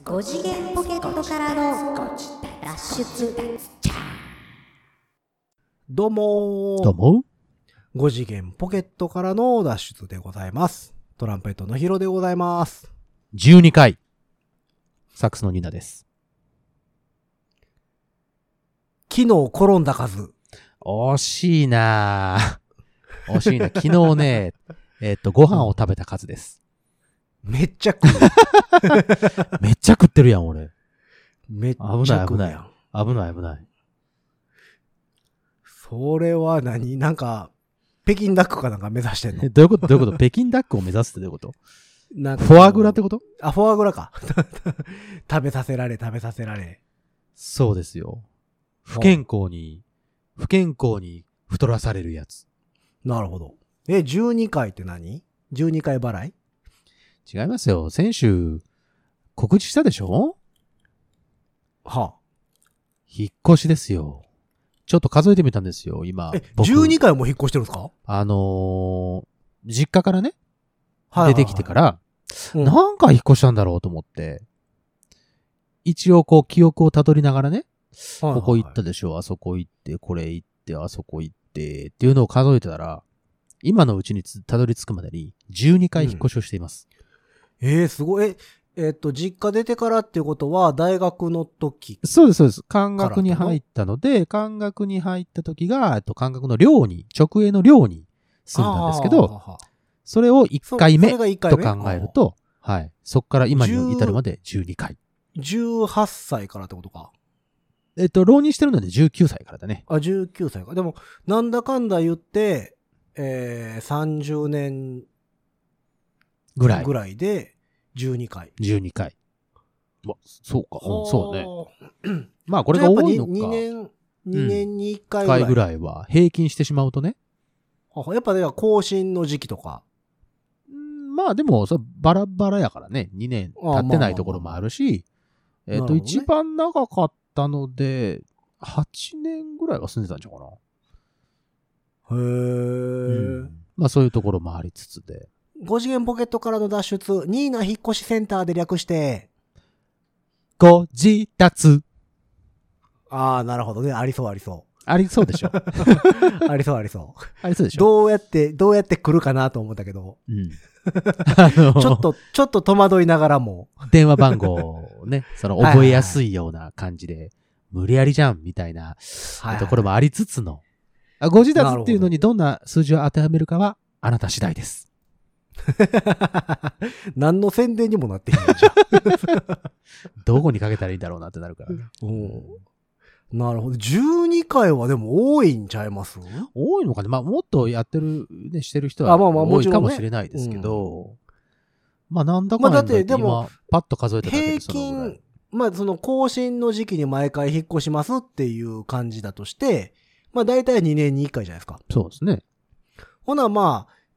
5次元ポケットからの脱出。 どうもどうも 5次元ポケットからの脱出でございます。トランペットのヒロでございます。 12回サックスのニナです。 昨日転んだ数。 惜しいなぁ惜しいな。昨日ねご飯を食べた数です。 めっちゃ食う。 めっちゃ食ってるやん俺。 めっちゃ食うやん。 危ない。 それはなんか北京ダックかなんか目指してんの？ どういうこと北京ダックを目指すってどういうこと？ なんかフォアグラってこと？ あ、フォアグラか。食べさせられ。 そうですよ。不健康に太らされるやつ。 なるほど。12回って何？ 12 回払い？ 違いますよ。先週告知したでしょ？ はあ。 引っ越しですよ。ちょっと数えてみたんですよ、今。 12回も引っ越してるんですか？ 実家からね、 はいはいはい、 出てきてから、 うん、 何回引っ越したんだろうと思って、一応こう記憶をたどりながらね、 はいはいはい、 ここ行ったでしょ、あそこ行って、これ行って、あそこ行って、っていうのを数えてたら、今のうちにたどり着くまでに12回引っ越しをしています。 すごい。実家出てからっていうことは、大学の時。 そうです。関学に入ったので、関学に入った時が、関学の直営の寮に住んだんですけど、それを1回目と考えると、はい。そこから今に至るまで12回。 18歳からってことか。 浪人してるので19歳からだね。 あ、19歳か。でも、なんだかんだ言って、30年ぐらいで12回。 12回。そうか。そうね。まあこれが多いのか。 2年に1回ぐらいは平均してしまうとね。 やっぱね、更新の時期とか。 まあでも、バラバラやからね。2年経ってないところもあるし、一番長かったので、8年ぐらいは住んでたんちゃうかな。まあそういうところもありつつで。 5次元ポケットからの脱出、ニーナ引っ越しセンターで略して、 ご自立。 ああ、なるほどね。ありそう。 ありそうでしょ。 ありそう。 ありそうでしょ。 どうやって来るかなと思ったけど。ちょっと戸惑いながらも。 電話番号をね、覚えやすいような感じで、無理やりじゃん、みたいなところもありつつの。ご自立っていうのにどんな数字を当てはめるかは、あなた次第です。 何の宣伝にもなってへんじゃん。 どこにかけたらいいんだろうなってなるからね。 なるほど。12回はでも多いんちゃいます？ 多いのかね。まあもっとやってる、ね、してる人は多いかもしれないですけど、まあなんだかんだ言って今パッと数えただけでそのぐらい。 平均、まあその更新の時期に毎回引っ越しますっていう感じだとして、まあ大体2年に1回じゃないですか。 そうですね。 ほなまあ、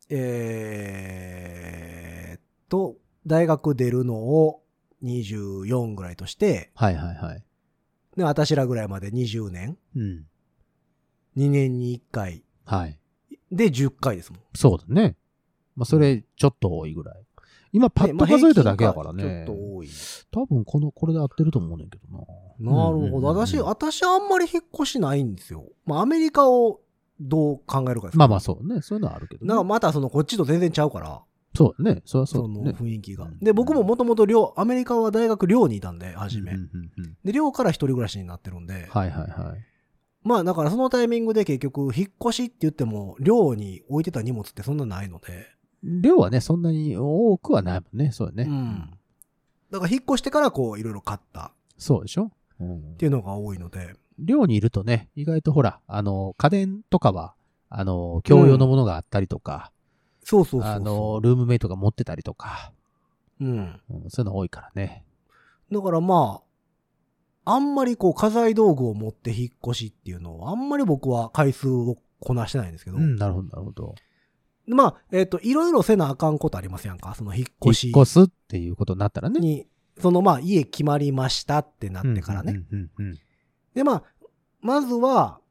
大学出るのを24ぐらいとして、 はい。 で、私らぐらいまで20年。2年に1回。 はい。 で、10回ですもん。 そうだね。まあ、それ、ちょっと多いぐらい。今、パッと数えただけだからね。 ちょっと多い。 多分、これで合ってると思うねんけどな。 なるほど。私あんまり引っ越しないんですよ。まあ、アメリカをどう考えるかですか。 まあそうね。そういうのはあるけど、ね。 なんかまたこっちと全然ちゃうから。 そうだね。その雰囲気が。で、僕ももともとアメリカは大学寮にいたんで、初め。で、寮から一人暮らしになってるんで。 はい。 まあ、だからそのタイミングで結局、引っ越しって言っても、寮に置いてた荷物ってそんなないので。 量はね、そんなに多くはないもんね。そうだね。 だから引っ越してからいろいろ買った。 そうでしょ、 っていうのが多いので。 寮にいるとね、意外とほら、家電とかは、共用のものがあったりとか、 そう。 ルームメイトが持ってたりとか、そういうの多いからね。 だからまあ、あんまり家財道具を持って引っ越しっていうのは、あんまり僕は回数をこなしてないんですけど。 なるほど。 まあ、いろいろせなあかんことありますやんか。その引っ越し。 引っ越すっていうことになったらね。 まあ、家決まりましたってなってからね。で、まあ、まずは、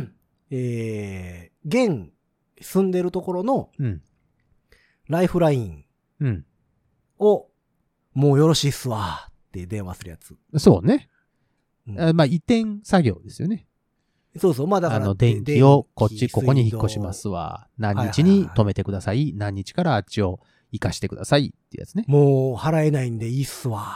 現住んでるところの、ライフラインを、もうよろしいっすわっって電話するやつ。 そうね。 うんまあ、移転作業ですよね。 そうそう。まあだから。 電気をここに引っ越し水道ますわ。何日に止めてください。何日からあっちを生かしてくださいってやつね。 もう払えないんでいいっすわ。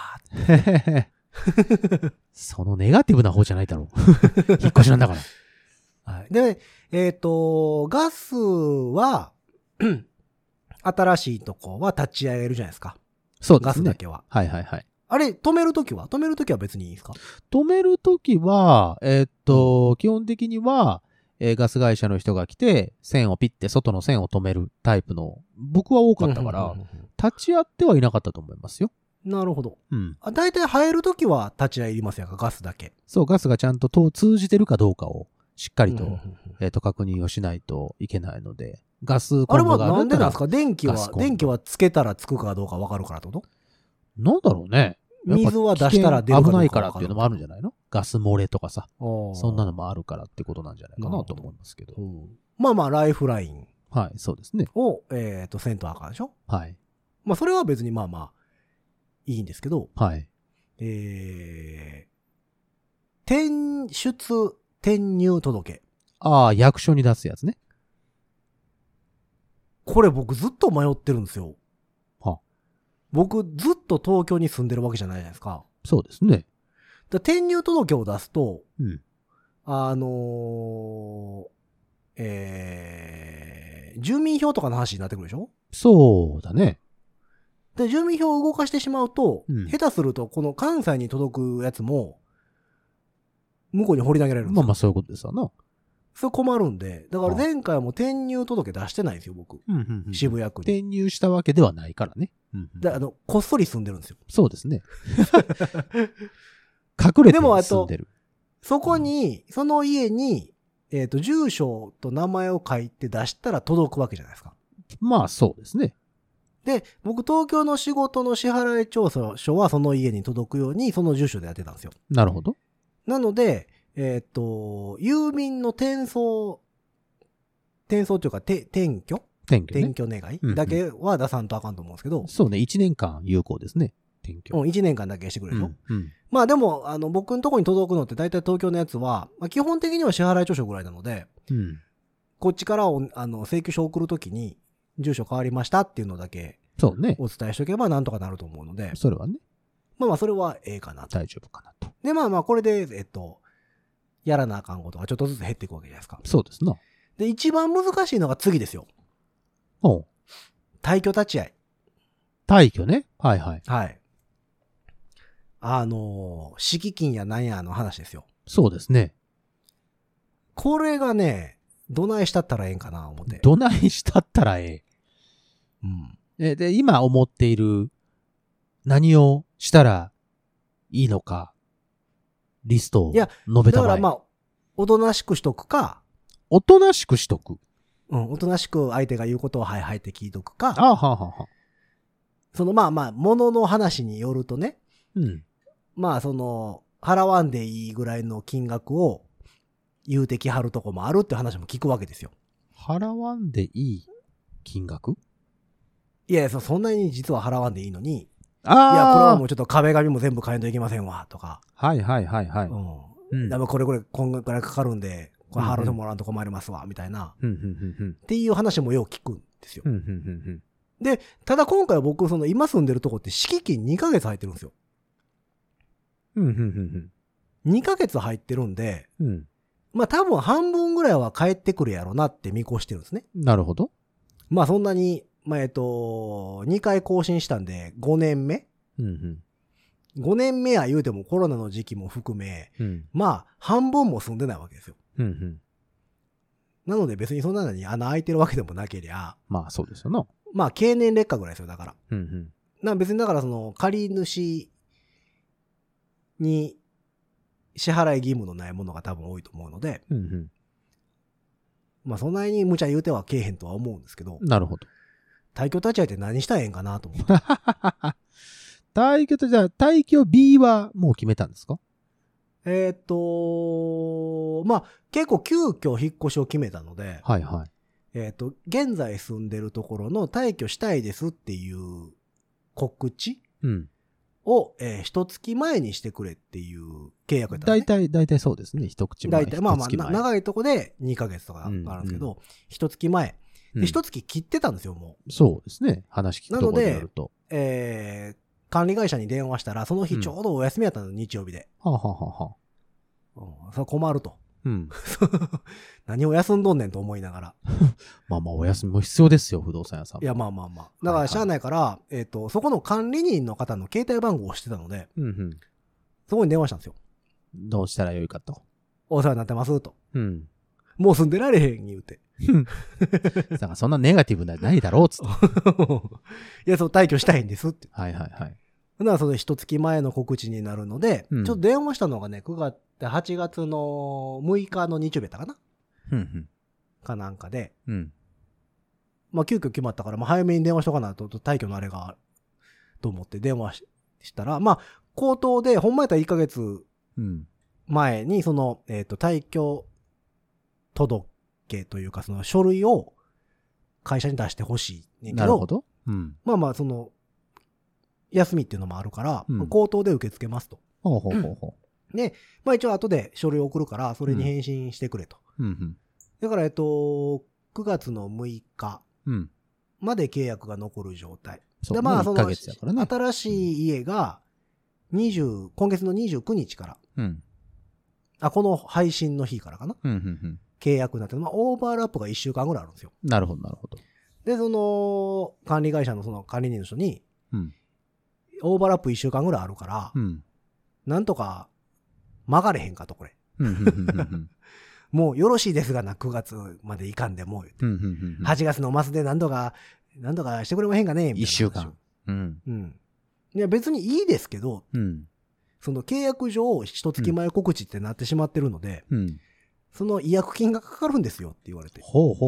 そのネガティブな方じゃないだろう。引っ越しなんだから。 はい。で、ガスは、新しいとこは立ち上げるじゃないですか。 そうですね。 ガスだけは。 はいはいはい。 あれ、止めるときは別にいいですか？ 止めるときは、基本的には、ガス会社の人が来て、線をピッて外の線を止めるタイプの、僕は多かったから、立ち会ってはいなかったと思いますよ。 なるほど。 うん。 だいたい入るときは立ち会いりますやんか、ガスだけ。 そう、ガスがちゃんと通じてるかどうかをしっかりと、 うんうんうん確認をしないといけないので、ガスあれはコンロがあるんだったらなんでなんですか？電気ガスコンロはつけたらつくかどうかわかるからってこと？ なんだろうね。やっぱ水は出したら出るかどうか危ないからっていうのもあるんじゃないの？ガス漏れとかさ。そそんなのもあるからってことなんじゃないかなと思いますけど。 まあまあ、ライフラインはい、そうですね。 を、せんとあかんでしょ？ はい。 まあ、それは別にまあまあ、いいんですけど、 はい。 転入届。 ああ、役所に出すやつね。 これ僕ずっと迷ってるんですよ。 は僕ずっと東京に住んでるわけじゃないじゃないですか。 そうですね。 転入届を出すと、 うん。 住民票とかの話になってくるでしょ？ そうだね。 で、住民票を動かしてしまうと、 うん下手するとこの関西に届くやつも、向こうに放り投げられるんですよ。 まあまあそういうことですわな。 それ困るんで、だから前回も転入届出してないんですよ、僕。 うんうんうん。 渋谷区に。 転入したわけではないからね。うんうんで、こっそり住んでるんですよ。 そうですね。隠れてでも住んでる。 そこに、その家に、住所と名前を書いて出したら届くわけじゃないですか。 まあそうですね。 で、僕東京の仕事の支払い調査書はその家に届くように、その住所でやってたんですよ。 なるほど。 なので、郵便の転送というか、転居転居ね。 転居願うんうんいだけは出さんとあかんと思うんですけど、 そうね。1年間有効ですね。転居。 1年間だけしてくれるでしょ。 うん。 まあでも、僕のとこに届くのって大体東京のやつは、まあ、基本的には支払い調書ぐらいなので、 うん。 こっちから請求書を送るときに、住所変わりましたっていうのだけそうね。 お伝えしておけばなんとかなると思うので、 それはね、 まあまあそれはええかなと。 大丈夫かなと。 で、まあまあこれで、やらなあかんことがちょっとずつ減っていくわけじゃないですか。 そうですな。 で、一番難しいのが次ですよ。 おう。 退去立ち会い。 退去ね。はいはい。 はい。敷金やなんやの話ですよ。 そうですね。 これがね、どないしたったらええんかな思って。 どないしたったらえうん。 え。で、今思っている何をしたらいいのか、リストをいや述べたまえ。 だからまあ、おとなしくしとくか、 おとなしくしとく。 おとなしく相手が言うことをはいはいって聞いとくか、 ああ、はあ、はあ、はあ。 そのまあまあ、物の話によるとね、 うん。 まあ払わんでいいぐらいの金額を言うてきはるとこもあるって話も聞くわけですよ。 払わんでいい金額？ いやいや、そんなに実は払わんでいいのに、いああ。 や、これはもうちょっと壁紙も全部変えんといけませんわ、とか。 はいはいはいはい。 うん。でもこれ今後くらいかかるんで、これ払ってもらうと困りますわ、みたいな。 うん、うん、うん、うん。 っていう話もよく聞くんですよう。ん、うん、うん。 で、ただ今回は僕、今住んでるとこって敷金2ヶ月入ってるんですよ。 うん、うん、うん。 2ヶ月入ってるんで、 うん。 まあ多分半分ぐらいは帰ってくるやろなって見越してるんですね。 なるほど。 まあそんなに、まあ2回更新したんで5年目うん、うん。 ?5 年目や言うてもコロナの時期も含め、 うん。 まあ半分も住んでないわけですよ。 うん、うん。 なので別にそんなのに穴開いてるわけでもなけりゃ、 まあそうですよな。 まあ経年劣化ぐらいですよ、だから。 うん、 別にだから借り主に支払い義務のないものが多分多いと思うので、 うん。うん、うまあそんなに無茶言うてはけえへんとは思うんですけど、 ん。なるほど。 退去立ち会いって何したらええんかなと思って。 退去と、じゃあ、退去 B はもう決めたんですか？ まあ結構急遽引っ越しを決めたので、 はいはい。 現在住んでるところの退去したいですっていう告知うん。 を、一月前にしてくれっていう契約やったんですね。 大体そうですね。一口前。 大体、まあまあ、長いとこで2ヶ月とかあるんですけど、一月前。で、一月切ってたんですよ、もう。そうですね。話聞くところによると。 管理会社に電話したら、その日ちょうどお休みやったの、日曜日で。 はあ、はあはあ、それ困ると。 うん。 何を休んどんねんと思いながら。 まあまあ、お休みも必要ですよ、不動産屋さん。 いや、まあまあまあ。だから、社内から、そこの管理人の方の携帯番号をしてたので、 うんうん、 そこに電話したんですよ。 どうしたらよいかと。 お世話になってますと。 うん。 もう住んでられへん言うて。 だからそんなネガティブなないだろうっつって。 いや、そう、退去したいんですって。 はいはいはい。 だからその一月前の告知になるので、ちょっと電話したのがね、8月の6日の日曜日やったかな、かなんかで、まあ急遽決まったから、まあ早めに電話しとかないと退去のあれが、と思って電話したら、まあ口頭で、ほんまやったら1ヶ月前に、その、退去届というか、その書類を会社に出してほしいねんけど、 なるほど。 まあまあ、その、休みっていうのもあるから、口頭で受け付けますと。で、まあ一応後で書類を送るから、それに返信してくれと。だから、9月の6日まで契約が残る状態。で、まあ、その、新しい家が、今月の29日から、この配信の日からかな。契約になって、まあ、オーバーラップが1週間ぐらいあるんですよ。 なるほど、なるほど。 で、その、管理会社のその管理人の人に、オーバーラップ1週間ぐらいあるから、なんとか曲がれへんかと、これ。もうよろしいですがな、9月までいかんでも、8月の末で何とかしてくれまへんかね、みたいな。 1週間。 いや、別にいいですけど、その契約上、一月前告知ってなってしまってるので、その違約金がかかるんですよって言われて。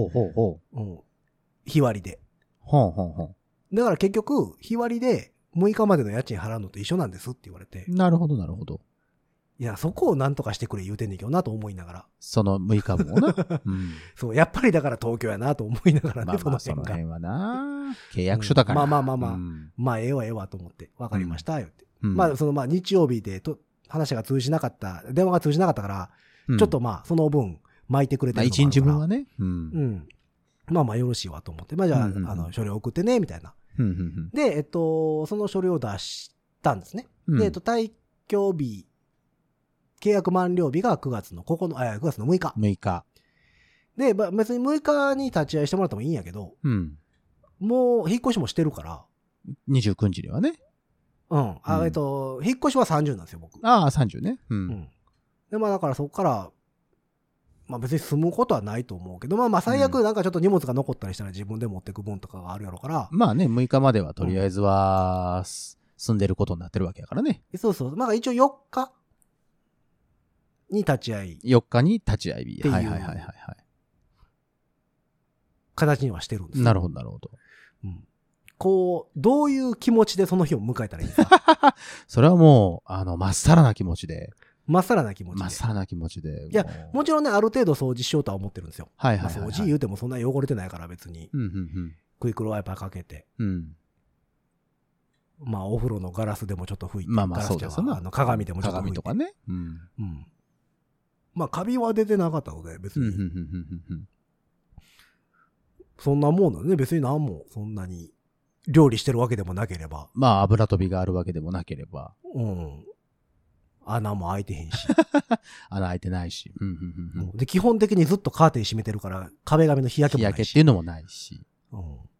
日割りで。だから結局、日割りで6日までの家賃払うのと一緒なんですって言われて。 なるほど、なるほど。 いや、そこをなんとかしてくれ言うてんねんけどなと思いながら。 その6日分をな。 そう、やっぱりだから東京やなと思いながらね、 その辺はな。契約書だから。 まあ、ええわと思って、わかりました、言って。まあ、日曜日で話が通じなかった、電話が通じなかったから、ちょっとまあ、その分、巻いてくれてるの 1日分はね。 まあよろしいわと思って。まあじゃあ、書類送ってね、みたいな。で、その書類を出したんですね。で、退去日、契約満了日が9月の6日。 6日。 で、別に6日に立ち会いしてもらってもいいんやけど、もう引っ越しもしてるから。 29日にはね。 引っ越しは30なんですよ、僕。 ああ、30ね。 で、まあだからそこから、まあ別に住むことはないと思うけど、まあ最悪なんかちょっと荷物が残ったりしたら自分で持ってく分とかがあるやろから。 まあね、6日まではとりあえずは、住んでることになってるわけやからね。 そうそう。まあ一応4日に立ち会い。 4日に立ち会い日。はい。 形にはしてるんですよ。 なるほど、なるほど。 こう、どういう気持ちでその日を迎えたらいいんですか？ それはもう、まっさらな気持ちで。 まっさらな気持ちで。 まっさらな気持ちで。 いや、もちろんね、ある程度掃除しようとは思ってるんですよ。 掃除言うてもそんな汚れてないから別に。クイックルワイパーかけて。まあ、お風呂のガラスでもちょっと拭いて。 まあそうですね。 鏡でもちょっと拭いて。 鏡とかね。 まあ、カビは出てなかったので、別に。そんなもんだね。別に何も、そんなに、料理してるわけでもなければ。 まあ、油飛びがあるわけでもなければ。 穴も開いてへんし。 穴開いてないし。 で、基本的にずっとカーテン閉めてるから、壁紙の日焼けもないし。 日焼けっていうのもないし。 だ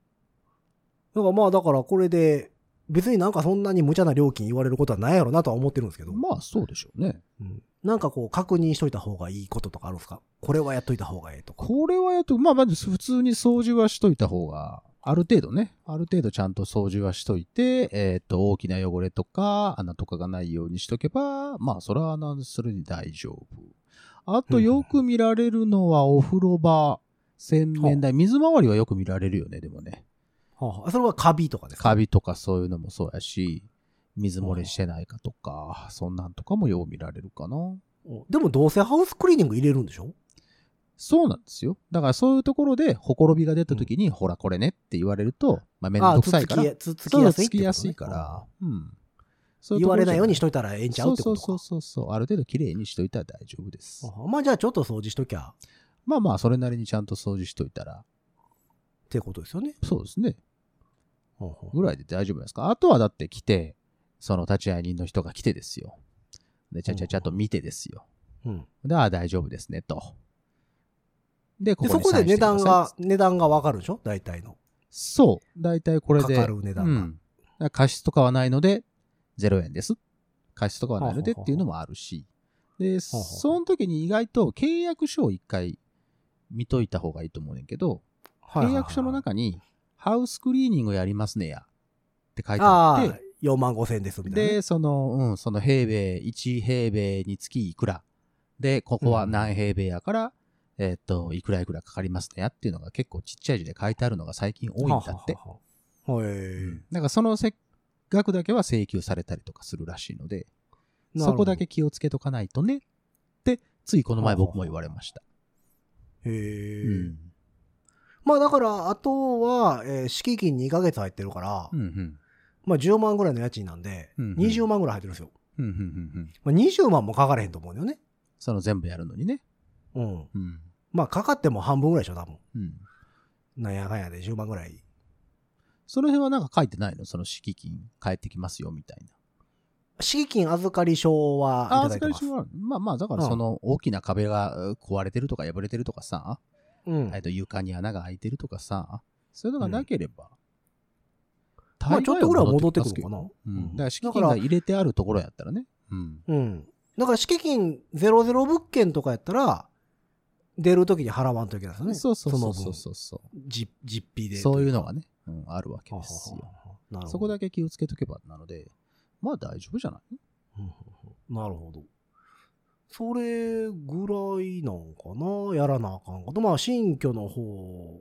からこれで、別になんかそんなに無茶な料金言われることはないやろなとは思ってるんですけど。 まあそうでしょうね。 なんかこう確認しといた方がいいこととかあるんですか？これはやっといた方がいいとか。 これはまず普通に掃除はしといた方が、ある程度ちゃんと掃除はしといて、大きな汚れとか、穴とかがないようにしとけば、まあそれはそれに大丈夫。あとよく見られるのはお風呂場、洗面台、水回りはよく見られるよね、でもね。 それはカビとかですか？ カビとかそういうのもそうやし、水漏れしてないかとか、そんなんとかもよう見られるかな。 でもどうせハウスクリーニング入れるんでしょ？ そうなんですよ。だからそういうところで、ほころびが出た時に、ほらこれねって言われると、まあめんどくさいから。 つきやすい。 つきやすいから。 言われないようにしといたらええんちゃうってことか。 そう。ある程度綺麗にしといたら大丈夫です。 まあじゃあちょっと掃除しときゃ。 まあまあ、それなりにちゃんと掃除しといたら。 ってことですよね。 そうですね。ぐらいで大丈夫ですか。あとはだって来て、その立ち会い人の人が来てですよ。で、ちゃと見てですよ。で、大丈夫ですね、と。で、 そこで値段がわかるでしょ大体の。 そう。大体これで。 かかる値段が。過失とかはないので、0円です。過失とかはないのでっていうのもあるし。で、その時に意外と契約書を一回見といた方がいいと思うねんけど、契約書の中に、ハウスクリーニングやりますねや。って書いてあって。 4万5千円ですみたいな、ね。 で、その平米、1平米につきいくら。で、ここは何平米やから、いくらいくらかかりますねやっていうのが結構ちっちゃい字で書いてあるのが最近多いんだって。だからその額だけは請求されたりとかするらしいので、そこだけ気をつけとかないとねって、ついこの前僕も言われました。 まあだから、あとは、敷金2ヶ月入ってるから、まあ10万ぐらいの家賃なんで、20万ぐらい入ってるんですよ。まあ20万もかかれへんと思うんだよね。 その全部やるのにね。 まあかかっても半分ぐらいでしょ、多分。なんやかんやで10万ぐらい。 その辺はなんか書いてないの？その敷金返ってきますよみたいな。 敷金預かり証はいただいてます。 預かり証はまあまあ、だからその大きな壁が壊れてるとか破れてるとかさ、床に穴が開いてるとかさ、そういうのがなければ。 まあちょっとぐらいは戻ってくるのかな。 だから敷金が入れてあるところやったらね。 だから敷金00物件とかやったら、出るときに払わんといけないですよね。 そう。 実費で。 そういうのがね、あるわけですよ。そこだけ気をつけとけばなので、まあ大丈夫じゃない？ なるほど。それぐらいなんかな、やらなあかんこと。まあ新居の方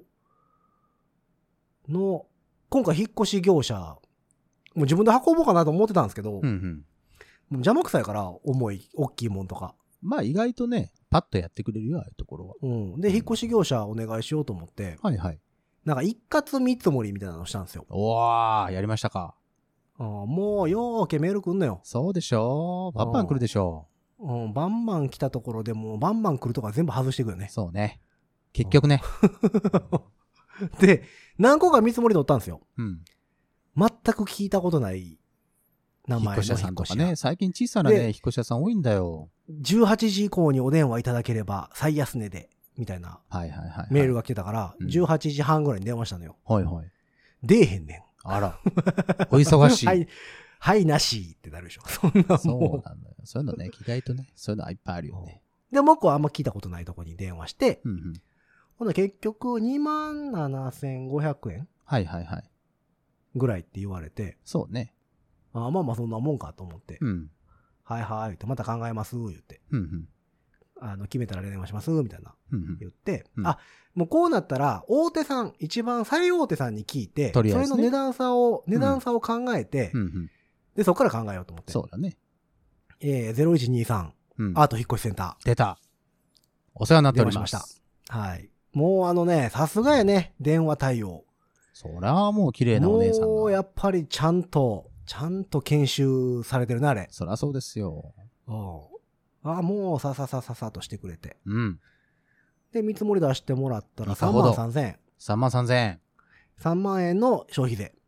の、今回引っ越し業者、もう自分で運ぼうかなと思ってたんですけど、もう邪魔くさいから、大きいもんとか。 まあ意外とね、パッとやってくれるよ、ああいうところは。 で、引っ越し業者お願いしようと思って、なんか一括見積もりみたいなのしたんですよ。 おー、やりましたか。 もうよーけメール来んのよ。 そうでしょう。バンバン来るでしょう。バンバン来たところでもうバンバン来るとか全部外していくよね。 そうね。結局ね。 で、何個か見積もり取ったんですよ。全く聞いたことない名前の引っ越し屋さんとかね。最近小さなね、引っ越し屋さん多いんだよ。 18時以降にお電話いただければ最安値で、みたいなメールが来てたから、18時半ぐらいに電話したのよ。出えへんねん。 あら。お忙しい。 はい、なしってなるでしょ。そんなもん。 そうなんだよ。そういうのね、意外とね、そういうのはいっぱいあるよね。 で、僕はあんま聞いたことないとこに電話して、ほんで結局27,500円ぐらいって言われて。 そうね。 まあまあそんなもんかと思って。はいはい、言って、また考えます、言って。決めたら連絡します、みたいな。言って、もうこうなったら、大手さん、一番最大手さんに聞いて、それの値段差を考えて、で、そこから考えようと思って。 そうだね。 0123、アート引っ越しセンター。出た。お世話になっておりました。 はい。もうさすがやね、電話対応。 そらもう綺麗なお姉さんが。 もうやっぱりちゃんと研修されてるね、あれ。 そらそうですよ。 もうさとしてくれて。で、見積もり出してもらったら33,000円。 33,000円。 3万円の消費税。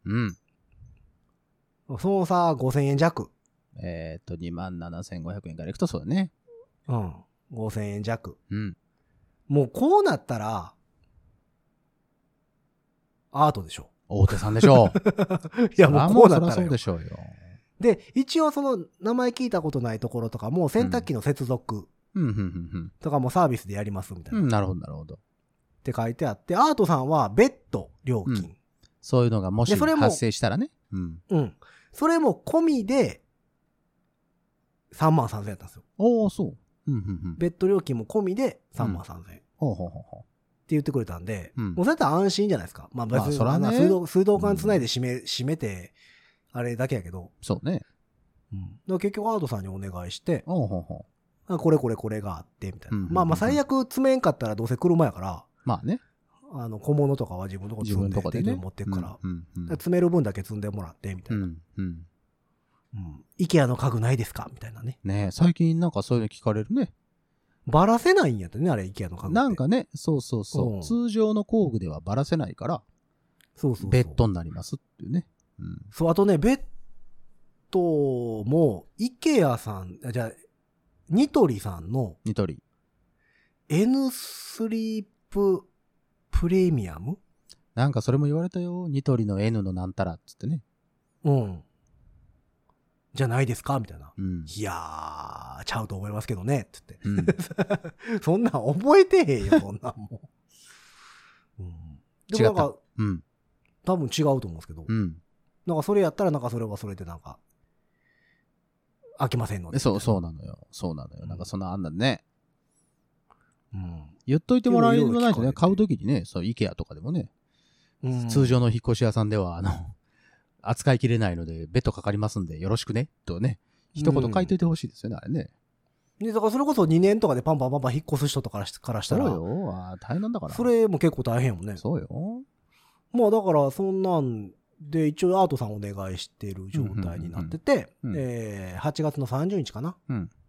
その差5,000円弱。 27,500円からいくとそうだね。 5,000円弱。もうこうなったら、アートでしょ。 大手さんでしょ。 いや、もうこうなったらそうでしょうよ。 で、一応その名前聞いたことないところとかも洗濯機の接続とかもサービスでやりますみたいな。 なるほど、なるほど。 って書いてあって、アートさんは別途料金。 そういうのがもし発生したらね。 それも込みで33,000円やったんですよ。 そう。 別途料金も込みで33,000円。って言ってくれたんで、もうそれやったら安心じゃないですか。まあ別に水道管つないで閉めて、あれだけやけど。 そうね。 結局アートさんにお願いして、これがあって、みたいな。まあ最悪詰めんかったらどうせ車やから、 まあね。 小物とかは自分のとこ積んで持ってくから、詰める分だけ積んでもらって、みたいな。 IKEA の家具ないですかみたいなね。 ね、最近なんかそういうの聞かれるね。 バラせないんやったね、あれ、IKEA の家具って。 なんかね、そうそうそう。通常の工具ではバラせないから、 そうそうそう。 ベッドになりますっていうね。 そう、あとね、ベッドも、IKEA さん、じゃあ、ニトリさんの、 ニトリ。 N スリーププレミアム？ なんかそれも言われたよ。ニトリの N のなんたらっつってね。 じゃないですかみたいな。 いやー、ちゃうと思いますけどね。つって。そんなん覚えてへんよ、そんなんもう。でもなんか、多分違うと思うんですけど。なんかそれやったら、なんかそれはそれでなんか、飽きませんので。 そうなのよ。そうなのよ。なんかそんなあんなんね。言っといてもらえないとね、買うときにね、そう、IKEA とかでもね、通常の引っ越し屋さんでは、扱いきれないので、ベッドかかりますんで、よろしくね、とね、一言書いといてほしいですよね、あれね。 で、だからそれこそ2年とかでパンパン引っ越す人とかからしたら。 そうよ。大変なんだから。 それも結構大変やもんね。 そうよ。 まあだから、そんなんで、一応アートさんお願いしてる状態になってて、8月の30日かな。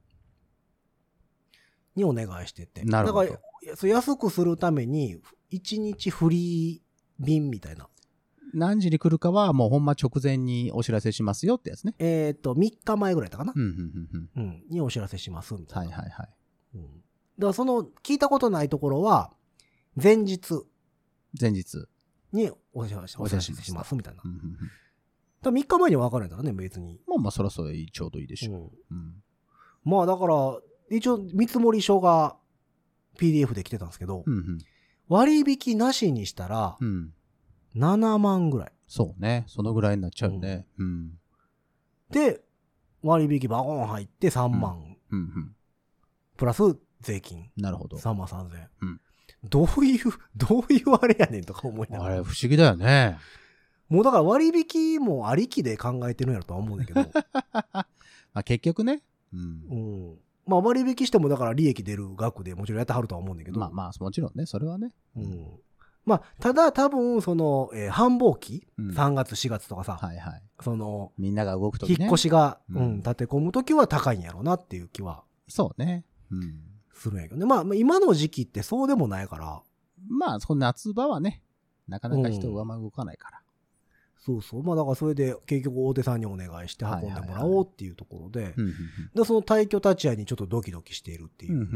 にお願いしてて。 なるほど。 だから、安くするために、1日フリー便みたいな。 何時に来るかはもうほんま直前にお知らせしますよってやつね。 3日前ぐらいだったかな。にお知らせしますみたいな。だからその、聞いたことないところは、前日にお知らせしますみたいな。だ3日前には分かるんだろうね、別に。 まあそらそれちょうどいいでしょう。 まあだから、一応見積書が PDF で来てたんですけど、割引なしにしたら、7万ぐらい。 そうね。そのぐらいになっちゃうね。 で、割引バゴン入って3万。プラス税金。 なるほど。 3万3000円。どういうあれやねんとか思いながら。 あれ不思議だよね。 もうだから割引もありきで考えてるんやろとは思うんだけど。 まあ結局ね。 まあ割引してもだから利益出る額でもちろんやってはるとは思うんだけど。 まあもちろんね、それはね。 まあ、ただ多分、その、繁忙期、3月4月とかさ、その、 みんなが動くときね。 引っ越しが、立て込むときは高いんやろうなっていう気は。 そうね。 するんやけどね。まあ、今の時期ってそうでもないから。 まあ、その夏場はね、なかなか人が動かないから。 そうそう。まあだからそれで結局大手さんにお願いして運んでもらおうっていうところで、でその退去立ち会いにちょっとドキドキしているっていう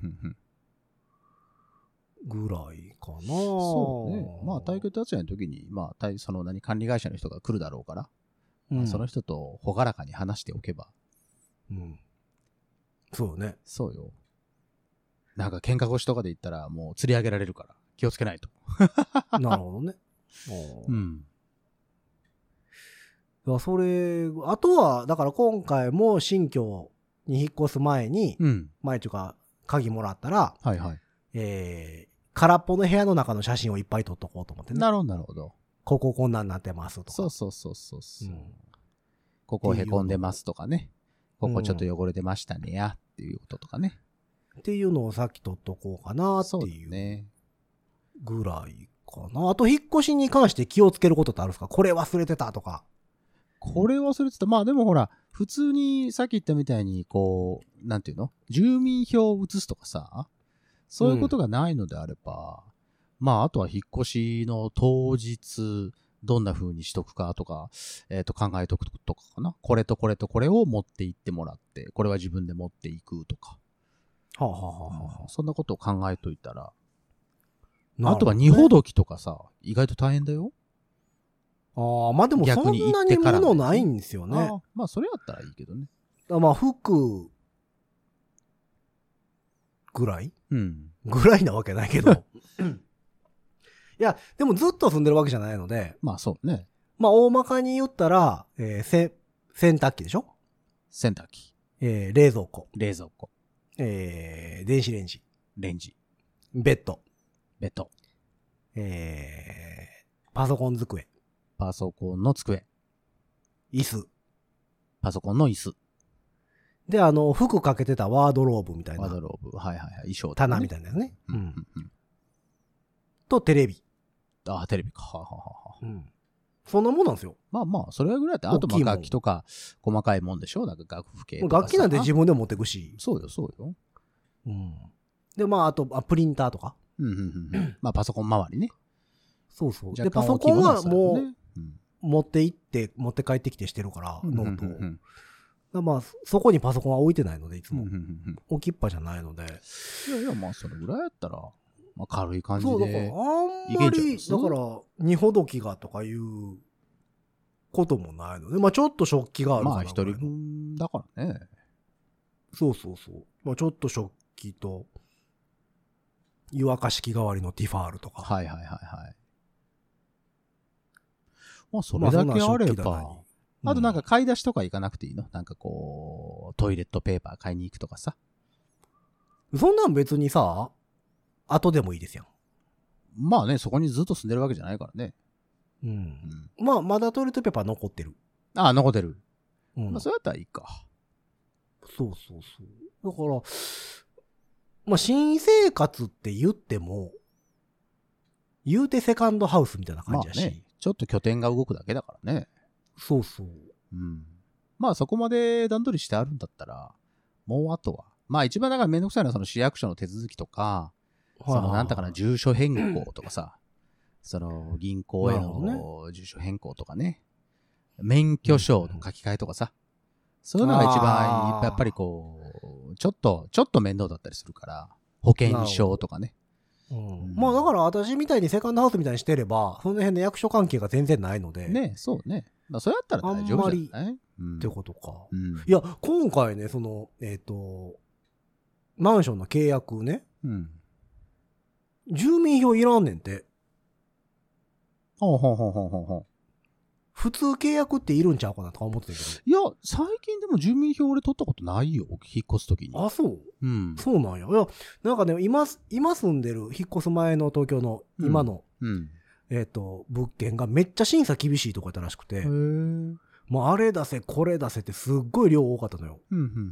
ぐらいかな。 そうね。まあ退去立ち会いの時に、まあその管理会社の人が来るだろうから、その人と朗らかに話しておけば。 そうね。 そうよ。なんか喧嘩腰とかで言ったらもう釣り上げられるから気をつけないと。 なるほどね。それ、あとは、だから今回も新居に引っ越す前に、前というか、鍵もらったら、空っぽの部屋の中の写真をいっぱい撮っとこうと思ってね。 なるほど、なるほど。 こここんなんなってますとか。 そう。ここへこんでますとかね。ここちょっと汚れてましたねや、っていうこととかね。 っていうのをさっき撮っとこうかなっていうぐらいかな。あと、引っ越しに関して気をつけることってあるんですか？これ忘れてたとか。 これ忘れてた。まあでもほら、普通にさっき言ったみたいに、こう、なんていうの？住民票を移すとかさ、そういうことがないのであれば、まああとは引っ越しの当日、どんな風にしとくかとか、考えとくとかかな。これとこれとこれを持って行ってもらって、これは自分で持っていくとか。そんなことを考えといたら。あとは荷ほどきとかさ、意外と大変だよ。 まあでもそんなに物ないんですよね。 まあそれやったらいいけどね。 まあ服ぐらいぐらいなわけないけど。いや、でもずっと住んでるわけじゃないので。 まあそうね。 まあ大まかに言ったら、洗濯機でしょ？ 洗濯機。 冷蔵庫。電子レンジ。ベッド。パソコン机。 パソコンの机。 椅子。 パソコンの椅子。 で、服かけてたワードローブみたいな。 ワードローブ。衣装、 棚みたいなやつね。と、テレビ。 テレビか。 そんなもんなんですよ。 まあまあ、それぐらいだったら、あとまあ楽器とか細かいもんでしょ、なんか楽譜系とか。 楽器なんて自分で持ってくし。 そうよ、そうよ。 うん。で、まあ、あと、プリンターとか。 まあ、パソコン周りね。 そうそう。で、パソコンはもう、持って帰ってきてしてるから、ノートを。まあ、そこにパソコンは置いてないので、いつも。置きっぱじゃないので。 いや、まあ、それぐらいやったら、まあ、軽い感じで。 そう、だから、あんまり、だから、二ほどきがとかいうこともないので、まあ、ちょっと食器があるから。 まあ、一人分だからね。 そう。まあ、ちょっと食器と、湯沸かし器代わりのティファールとか。 はい。まあ、それだけあれば。あとなんか買い出しとか行かなくていいの？なんかこう、トイレットペーパー買いに行くとかさ。 そんなん別にさ、後でもいいですよ。 まあね、そこにずっと住んでるわけじゃないからね。 まあ、まだトイレットペーパー残ってる。 ああ、残ってる。まあ、そうやったらいいか。 そう。だから、まあ、新生活って言っても、言うてセカンドハウスみたいな感じやし。 まあね、ちょっと拠点が動くだけだからね。 そう。 まあそこまで段取りしてあるんだったら、もうあとは。まあ一番だからめんどくさいのはその市役所の手続きとか、そのなんだかな住所変更とかさ、その銀行への住所変更とかね、免許証の書き換えとかさ、そういうのが一番やっぱりこう、ちょっと面倒だったりするから、保険証とかね。 まあだから私みたいにセカンドハウスみたいにしてれば、その辺の役所関係が全然ないので。 ね、そうね。まあそれやったら大丈夫じゃない？ ってことか。いや、今回ね、その、マンションの契約ね。住民票いらんねんて。普通契約っているんちゃうかなとか思ってたけど。 いや、最近でも住民票俺取ったことないよ。引っ越すときに。 あ、そう？そうなんや。いや、なんかね、今住んでる、引っ越す前の東京の今の、物件がめっちゃ審査厳しいとこやったらしくて。もうあれ出せ、これ出せってすっごい量多かったのよ。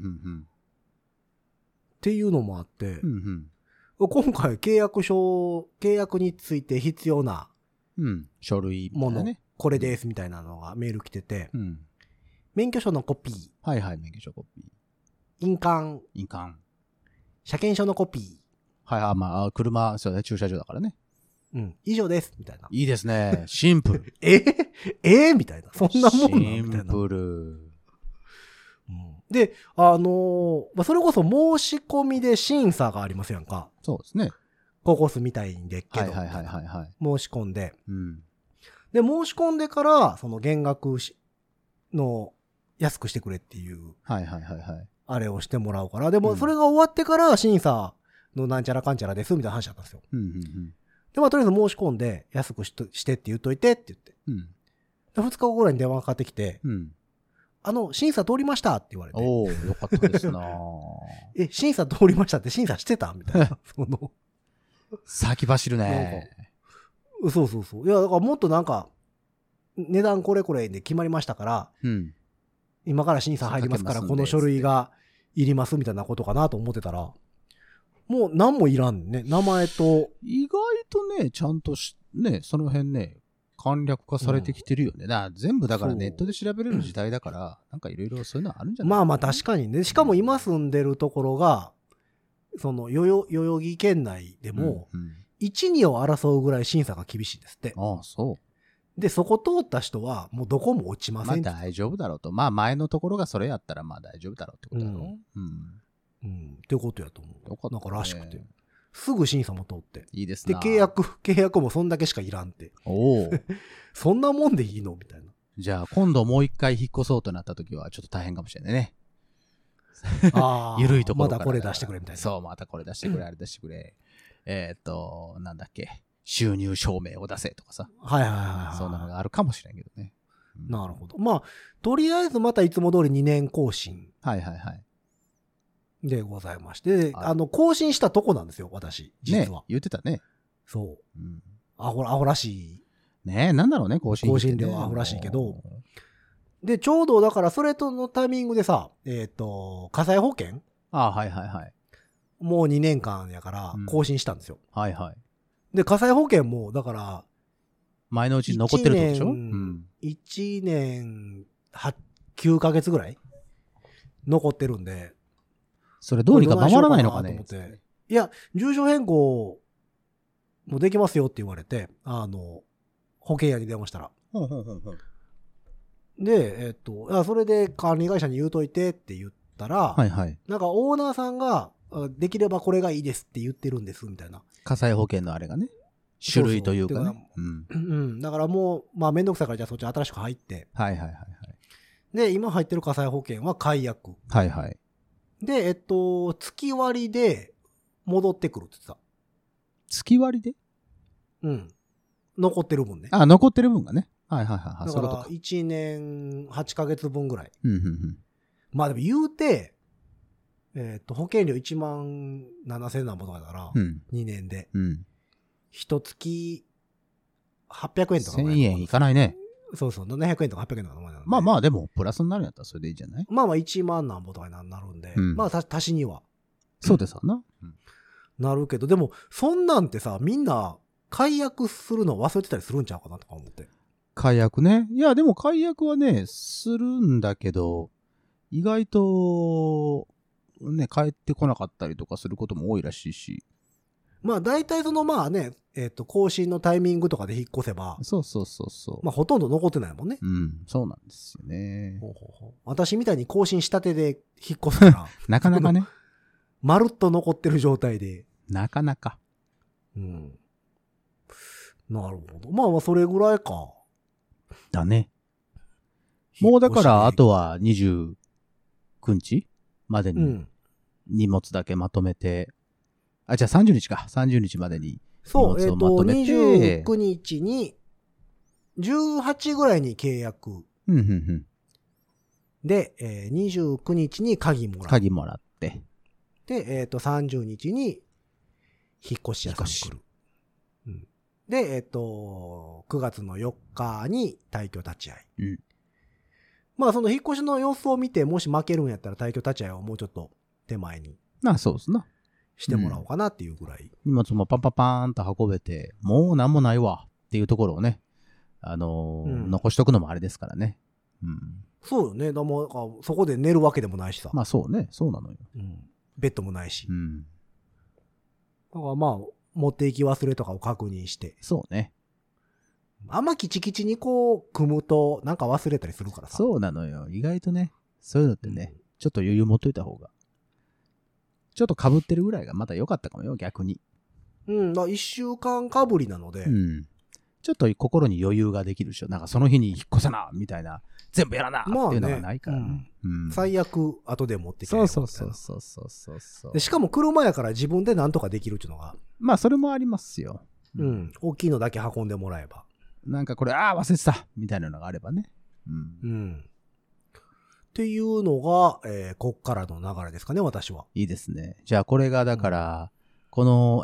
っていうのもあって、今回契約について必要な書類もの、これですみたいなのがメール来てて、免許証のコピー。 はいはい、免許証コピー。 印鑑。車検証のコピー。 はい、まあ、車、そうね、駐車場だからね。 以上です、みたいな。 いいですね。シンプル。 みたいな。そんなもんなんみたいな。 シンプル。 で、それこそ申し込みで審査がありますやんか。 そうですね。 ココスみたいんでっけど。申し込んで。で、申し込んでから、その減額の安くしてくれっていう。あれをしてもらうから。でも、それが終わってから審査のなんちゃらかんちゃらですみたいな話だったんですよ。で、まあ、とりあえず申し込んで、安くしてって言っといてって言って。2日後ぐらいに電話がかかってきて、審査通りましたって言われて。 おー、よかったですな審査通りましたって審査してたみたいな。 先走るね。 そう。いや、だからもっとなんか、値段これこれで決まりましたから、今から審査入りますから、この書類がいりますみたいなことかなと思ってたら、もう何もいらんね。名前と。 意外とね、ちゃんとね、その辺ね、簡略化されてきてるよね。全部だからネットで調べれる時代だから、なんかいろいろそういうのあるんじゃない？ まあまあ確かにね。しかも今住んでるところが、その代々木県内でも、1、2を争うぐらい審査が厳しいんですって。 ああ、そう。 で、そこ通った人は、もうどこも落ちません。 まあ大丈夫だろうと。まあ前のところがそれやったらまあ大丈夫だろうってことだろう。 ってことやと思う。 よかったね。 なんからしくて。すぐ審査も通って。 いいですね。 で、契約もそんだけしかいらんって。 おお。 そんなもんでいいのみたいな。 じゃあ、今度もう一回引っ越そうとなった時はちょっと大変かもしれないね。ゆるいところから。 またこれ出してくれみたいな。 そう、またこれ出してくれ、あれ出してくれ。なんだっけ。収入証明を出せとかさ。そんなのがあるかもしれんけどね。 なるほど。まあ、とりあえずまたいつも通り2年更新。でございまして、更新したとこなんですよ、私。実は。 ね、言ってたね。 そう。アホらしい。 ね、なんだろうね、更新料はアホらしいけど。で、ちょうどだからそれとのタイミングでさ、火災保険？もう2年間やから更新したんですよ。で、火災保険も、だから、 前のうちに残ってるってことでしょ？ 1年9ヶ月ぐらい残ってるんで。 それどうにか守らないのかね。 いや、住所変更もできますよって言われて、保険屋に電話したら。で、それで管理会社に言うといてって言ったら、 はいはい。 なんかオーナーさんが、できればこれがいいですって言ってるんです、みたいな。 火災保険のあれがね。種類というかね。 だからもう、めんどくさいからじゃあそっち新しく入って。 はいはいはいはい。 で、今入ってる火災保険は解約。 はいはい。 で、月割りで戻ってくるって言ってた。 月割りで？ うん。残ってる分ね。 あ、残ってる分がね。はいはいはい。 だから1年8ヶ月分ぐらい。 うんうんうん。 まあでも言うて、保険料1万7000何本とかだから、2年で。一月800円とか。 1000円いかないね。 そうそう、700円とか800円とか。 まあまあでも、プラスになるんやったらそれでいいじゃない？ まあ1万何本とかになるんで、まあ足しには。 そうですわな。 なるけど、でも、そんなんてさ、みんな、解約するの忘れてたりするんちゃうかなとか思って。 解約ね。いや、でも解約はね、するんだけど、意外と、ね、帰ってこなかったりとかすることも多いらしいし。 まあ、大体まあね、更新のタイミングとかで引っ越せば。 そうそうそうそう。 まあ、ほとんど残ってないもんね。 そうなんですよね。 私みたいに更新したてで引っ越すから。 なかなかね。 まるっと残ってる状態で。 なかなか。 なるほど。まあまあ、それぐらいか。 だね。もうだから、あとは29日までに荷物だけまとめて、じゃあ30日か。30日までに荷物をまとめて。 29日に、18ぐらいに契約。で、29日に鍵もらう。 鍵もらって。 で、30日に引っ越し屋さんに来る。で、9月の4日に退去立ち会い。まあ、その引っ越しの様子を見て、もし負けるんやったら退去立ち会いをもうちょっと手前に。 そうですな。 してもらおうかなっていうぐらい。 荷物もパンパパーンと運べて、もうなんもないわっていうところをね、残しとくのもあれですからね。 そうよね。だもそこで寝るわけでもないしさ。 まあそうね。そうなのよ。 ベッドもないし。だからまあ、持って行き忘れとかを確認して。 そうね。 あんまキチキチにこう、組むと、なんか忘れたりするからさ。 そうなのよ。意外とね、そういうのってね、ちょっと余裕持っといた方が。ちょっと被ってるぐらいがまだ良かったかもよ、逆に。 1週間かぶりなので。 ちょっと心に余裕ができるでしょ。なんかその日に引っ越さな、みたいな。全部やらな、っていうのがないからね。 最悪、後で持ってきて。 そう。 で、しかも車やから自分で何とかできるっていうのが。 まあ、それもありますよ。 大きいのだけ運んでもらえば。 なんかこれ、忘れてたみたいなのがあればね。 っていうのが、こっからの流れですかね、私は。 いいですね。じゃあ、これがだから、この、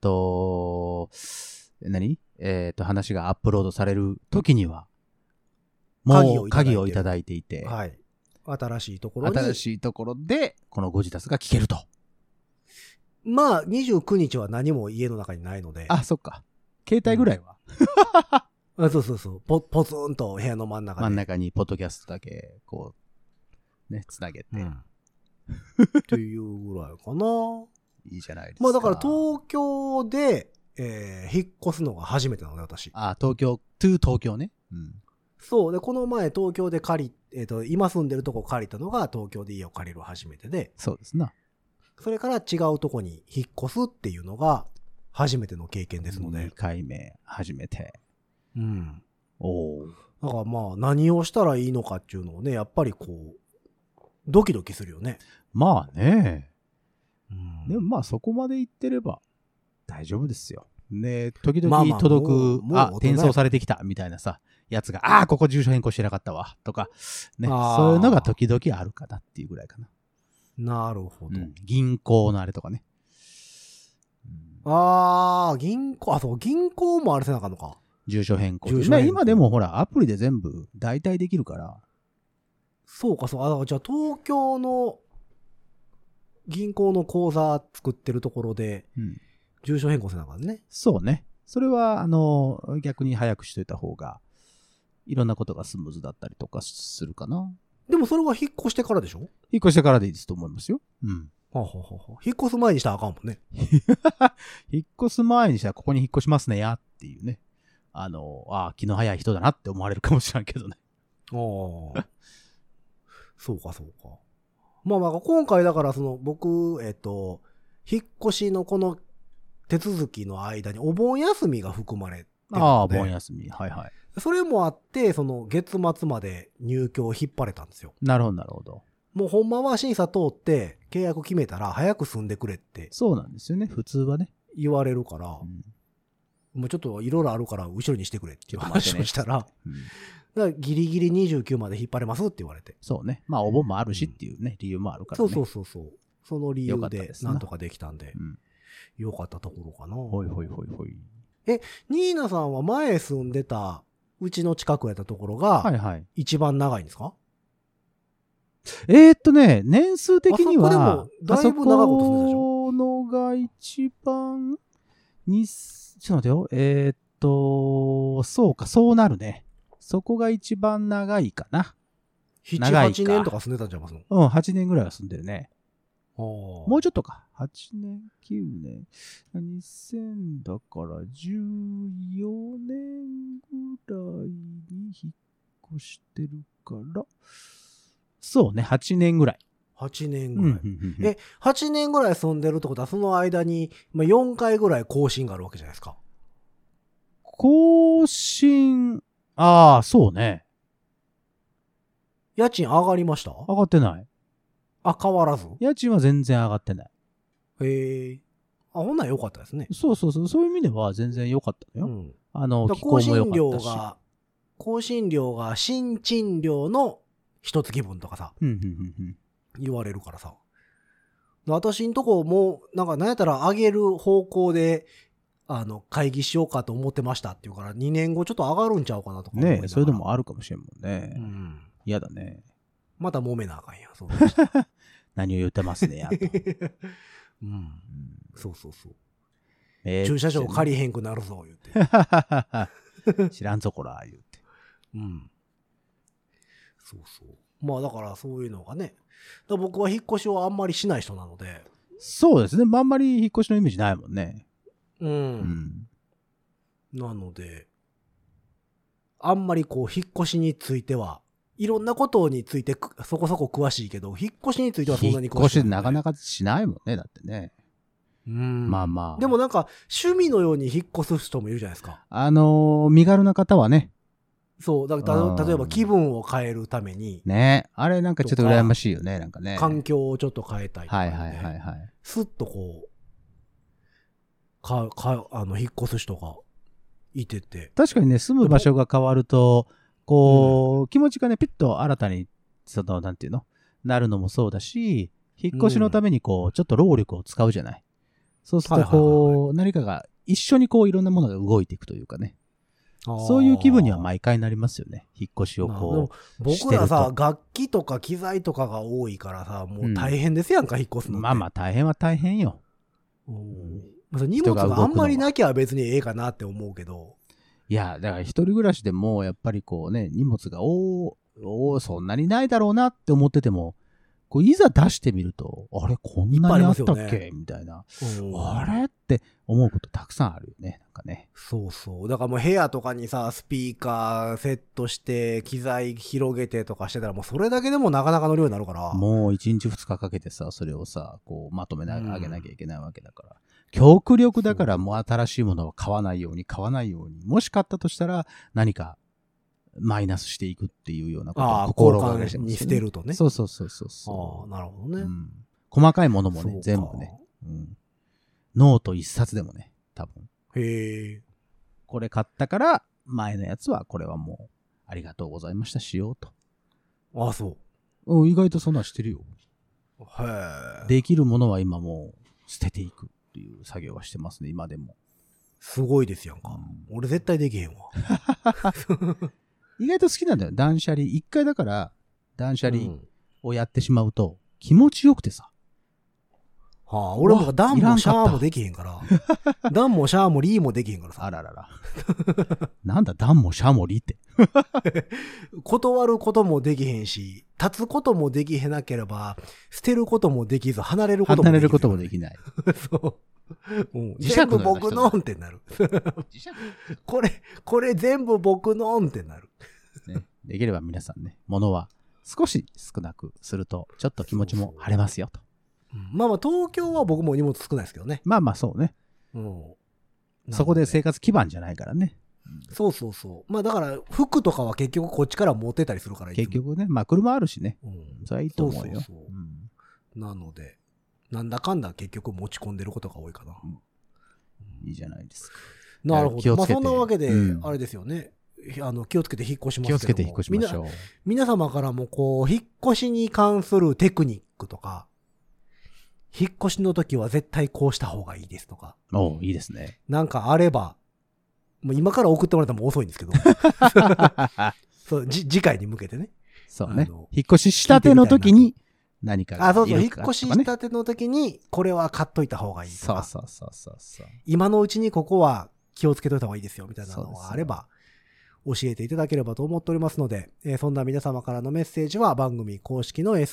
話がアップロードされる時には、もう鍵をいただいていて、 はい。新しいところで、このご自宅が聞けると。 まあ、29日は何も家の中にないので。 そっか。携帯ぐらいは。 そう。ポツンと部屋の真ん中で。 真ん中にポッドキャストだけ、こう、ね、つなげて。 っていうぐらいかな。 いいじゃないですか。 まあだから東京で、引っ越すのが初めてなので、私。 東京ね。 そう。で、この前東京で今住んでるとこ借りたのが東京で家を借りる初めてで。 そうですな。 それから違うとこに引っ越すっていうのが初めての経験ですので。 2回目、初めて。 だからまあ何をしたらいいのかっていうのをね、やっぱりこう、ドキドキするよね。 まあね。でもまあそこまで言ってれば大丈夫ですよ。ね、時々届く、転送されてきたみたいなさ、やつが、ここ住所変更してなかったわ、とか、ね、そういうのが時々あるかなっていうぐらいかな。 なるほど。 銀行のあれとかね。 銀行もあれせなあかんのか。 住所変更。今でもほら、アプリで全部代替できるから。 そうか。じゃあ東京の銀行の口座作ってるところで、住所変更せなあかんね。 そうね。 それは、逆に早くしといた方が、いろんなことがスムーズだったりとかするかな。 でもそれは引っ越してからでしょ？ 引っ越してからでいいですと思いますよ。うん。 引っ越す前にしたらあかんもんね。 引っ越す前にしたらここに引っ越しますねやっていうね。気の早い人だなって思われるかもしれんけどね。 そうか。まあ今回だから僕、引っ越しのこの手続きの間にお盆休みが含まれてるので。 お盆休み。はいはい。 それもあって、月末まで入居を引っ張れたんですよ。 なるほど。 もうほんまは審査通って契約決めたら早く住んでくれって。 そうなんですよね。普通はね。 言われるから、もうちょっといろいろあるから後ろにしてくれっていう話をしたら、だからギリギリ29まで引っ張れますって言われて。 そうね。まあお盆もあるしっていうね、理由もあるからね。 そう。その理由でなんとかできたんで、よかったところかな。 ほい。 ニーナさんは前住んでたうちの近くやったところが、一番長いんですか？ 年数的には、 だいぶ長いこと住んでたでしょ？ のが一番、ちょっと待てよ。そうか、そうなるね。そこが一番長いかな。 7、8年とか住んでたんちゃいますの？ うん、8年ぐらいは住んでるね。もうちょっとか。8年、9年。2000だから14年ぐらいに引っ越してるから、そうね、8年ぐらい。 8年ぐらい。8年ぐらい住んでるってことは、その間に4回ぐらい更新があるわけじゃないですか。 更新、そうね。 家賃上がりました？ 上がってない。 変わらず？ 家賃は全然上がってない。 へえ。ほんなら良かったですね。 そう。そういう意味では全然良かったのよ。気候も良かったし。 更新料が新賃料の一月分とかさ、言われるからさ。私んとこも、なんやったら上げる方向で、会議しようかと思ってましたっていうから、2年後ちょっと上がるんちゃうかなとか思いながら。 ねえ、それでもあるかもしれんもんね。嫌だね。 また揉めなあかんや。 何を言ってますね、やと。 そう。駐車場借りへんくなるぞ、言って。 知らんぞ、こら、言って。 そう。まあだからそういうのがね。僕は引っ越しをあんまりしない人なので。 そうですね。あんまり引っ越しのイメージないもんね。 なので、あんまり引っ越しについては、いろんなことについてそこそこ詳しいけど、引っ越しについてはそんなに詳しい。 引っ越しなかなかしないもんね、だってね。まあ。 でも趣味のように引っ越す人もいるじゃないですか。 身軽な方はね。 そう。だから例えば気分を変えるために。 ね。あれちょっと羨ましいよね、ね。 環境をちょっと変えたいとか、ね。 はい。 スッと引っ越す人がいてて。 確かにね、住む場所が変わると、気持ちがね、ピッと新たに、なんていうのなるのもそうだし、引っ越しのためにちょっと労力を使うじゃない。そうすると、何かが一緒にいろんなものが動いていくというかね。そういう気分には毎回なりますよね。引っ越しを僕らさ、楽器とか機材とかが多いからさ、もう大変ですやんか、引っ越すのって。 まあ大変は大変よ。 荷物があんまりなきゃ別にええかなって思うけど。 いや、だから一人暮らしでも、やっぱり荷物がそんなにないだろうなって思ってても、いざ出してみると、あれ、こんなにあったっけみたいな。あれって思うことたくさんあるよね。 そう。だからもう部屋とかにさ、スピーカーセットして、機材広げてとかしてたら、もうそれだけでもなかなかの量になるから。 もう1日2日かけてさ、それをさ、まとめあげなきゃいけないわけだから。極力だからもう新しいものを買わないように。もし買ったとしたら何かマイナスしていくっていうようなことを心がけてます、ね。 交換に捨てるとね。 そう。 なるほどね。 細かいものもね、全部ね。ノート一冊でもね、多分。 へえ。 これ買ったから、前のやつはこれはもう、ありがとうございましたしようと。 そう。 意外とそんなんしてるよ。 へえ。 できるものは今もう捨てていくっていう作業はしてますね、今でも。 すごいですやんか。俺絶対できへんわ。 意外と好きなんだよ、断捨離。一回だから、断捨離をやってしまうと、気持ちよくてさ。 はあ、俺もダンもシャーもできへんから。ダンもシャーもリーもできへんからさ。 あららら。なんだ、ダンもシャーもリーって。 断ることもできへんし、立つこともできへなければ、捨てることもできず、離れることもできず。 離れることもできない。 そう。全部僕のんってなる。これ全部僕のんってなる。 ね、できれば皆さんね、物は少し少なくすると、ちょっと気持ちも晴れますよと。 まあまあ、東京は僕も荷物少ないですけどね。 まあまあ、そうね。そこで生活基盤じゃないからね。 そうそうそう。まあだから、服とかは結局こっちから持ってたりするから。 結局ね、まあ車あるしね。それはいいと思うよ。 なので、なんだかんだ結局持ち込んでることが多いかな。 いいじゃないですか。 なるほど。まあそんなわけで、あれですよね。気をつけて引っ越しますけども。気をつけて引っ越しましょう。皆様からも引っ越しに関するテクニックとか、引っ越しの時は絶対こうした方がいいですとか。 いいですね。 なんかあれば、もう今から送ってもらったらもう遅いんですけど。そう、次回に向けてね。 そうね。引っ越ししたての時に何かがそうそう、引っ越ししたての時に、これは買っといた方がいいとか。 そう。 今のうちにここは気をつけといた方がいいですよ、みたいなのがあれば、教えていただければと思っておりますので、そんな皆様からのメッセージは番組公式の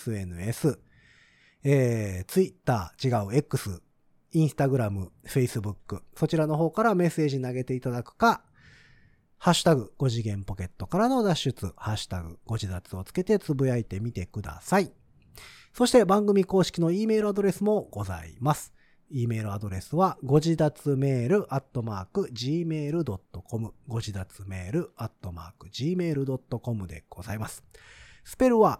SNS、Twitter、X、Instagram、Facebook、そちらの方からメッセージ投げていただくか、ハッシュタグ5次元ポケットからの脱出、ハッシュタグ5次脱をつけてつぶやいてみてください。そして番組公式の E メールアドレスもございます。E メールアドレスはご自立メール@gmail.com ご自立メール@gmail.com でございます。スペルは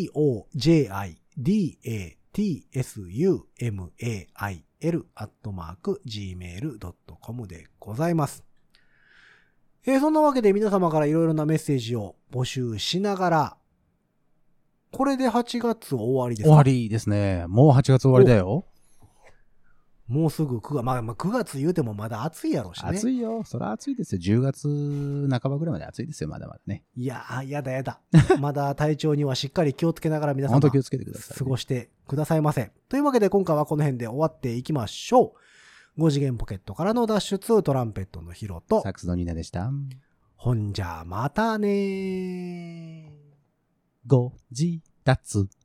gojidasumail@gmail.com でございます。そんなわけで皆様からいろいろなメッセージを募集しながら、これで8月終わりですか？ 終わりですね。もう8月終わりだよ。 もうすぐ9月、まあ9月言うてもまだ暑いやろしね。 暑いよ。そりゃ暑いですよ。10月半ばぐらいまで暑いですよ。まだまだね。 いやー、やだ。まだ体調にはしっかり気をつけながら皆様、 本当気をつけてください、 過ごしてくださいませ。というわけで今回はこの辺で終わっていきましょう。5次元ポケットからの脱出、トランペットのヒロと、 サックスのニーナでした。 ほんじゃまたねー。 5次脱。